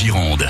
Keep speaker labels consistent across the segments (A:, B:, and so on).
A: Gironde.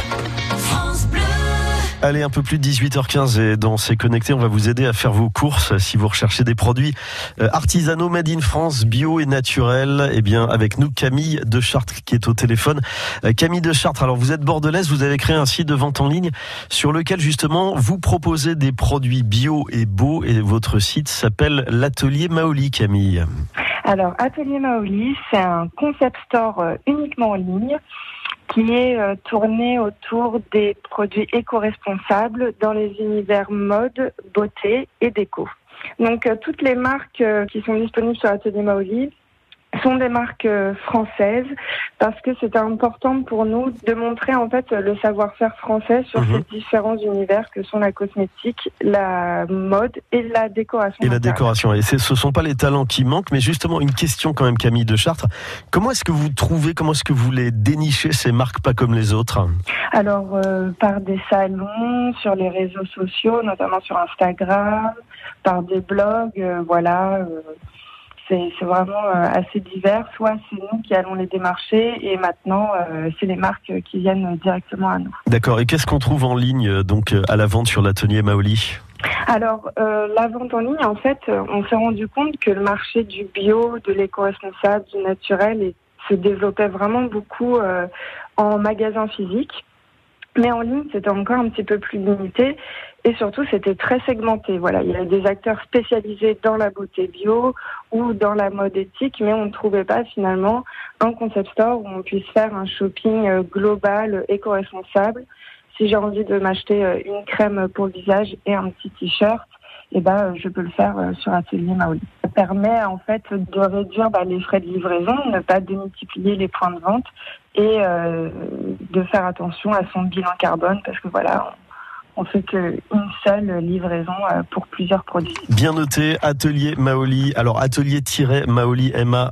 B: Allez, un peu plus de 18h15 et dans C'est Connecté, on va vous aider à faire vos courses. Si vous recherchez des produits artisanaux, made in France, bio et naturels, eh bien, avec nous, Camille de Chartres qui est au téléphone. Camille de Chartres, alors vous êtes bordelaise, vous avez créé un site de vente en ligne sur lequel justement vous proposez des produits bio et beaux et votre site s'appelle l'Atelier Maoli, Camille.
C: Alors, Atelier Maoli, c'est un concept store uniquement en ligne qui est tourné autour des produits éco-responsables dans les univers mode, beauté et déco. Donc, toutes les marques qui sont disponibles sur Atelier Maoli sont des marques françaises parce que c'est important pour nous de montrer en fait le savoir-faire français sur ces différents univers que sont la cosmétique, la mode et la décoration.
B: Et la décoration. Et ce sont pas les talents qui manquent, mais justement une question quand même, Camille de Chartres. Comment est-ce que vous trouvez, comment est-ce que vous les dénichez ces marques pas comme les autres ?
C: Alors par des salons, sur les réseaux sociaux, notamment sur Instagram, par des blogs, voilà. C'est vraiment assez divers. Soit c'est nous qui allons les démarcher et maintenant c'est les marques qui viennent directement à nous.
B: D'accord. Et qu'est-ce qu'on trouve en ligne donc à la vente sur l'Atelier Maoli ?
C: Alors la vente en ligne, en fait, on s'est rendu compte que le marché du bio, de l'éco-responsable, du naturel se développait vraiment beaucoup en magasin physique. Mais en ligne, c'était encore un petit peu plus limité et surtout, c'était très segmenté. Voilà, il y avait des acteurs spécialisés dans la beauté bio ou dans la mode éthique, mais on ne trouvait pas finalement un concept store où on puisse faire un shopping global, éco-responsable. Si j'ai envie de m'acheter une crème pour le visage et un petit t-shirt, je peux le faire sur Atelier Maoli. Ça permet en fait de réduire les frais de livraison, ne pas démultiplier les points de vente et de faire attention à son bilan carbone parce que voilà, on fait qu'une seule livraison pour plusieurs produits.
B: Bien noté, Atelier Maoli. Alors atelier-maoli,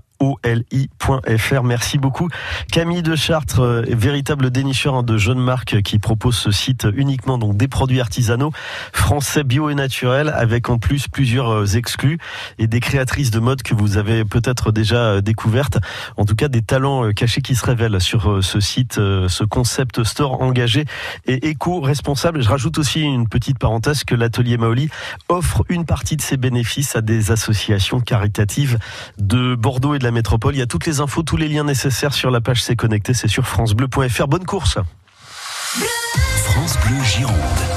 B: MAOLI.fr. Merci beaucoup. Camille de Chartres, véritable dénicheur de jeunes marques qui propose ce site uniquement donc des produits artisanaux français bio et naturels avec en plus plusieurs exclus et des créatrices de mode que vous avez peut-être déjà découvertes. En tout cas, des talents cachés qui se révèlent sur ce site, ce concept store engagé et éco-responsable. Je rajoute aussi une petite parenthèse que l'Atelier Maoli offre une partie de ses bénéfices à des associations caritatives de Bordeaux et de la métropole. Il y a toutes les infos, tous les liens nécessaires sur la page C'est Connecté, c'est sur francebleu.fr. Bonne course.
A: France Bleu Gironde.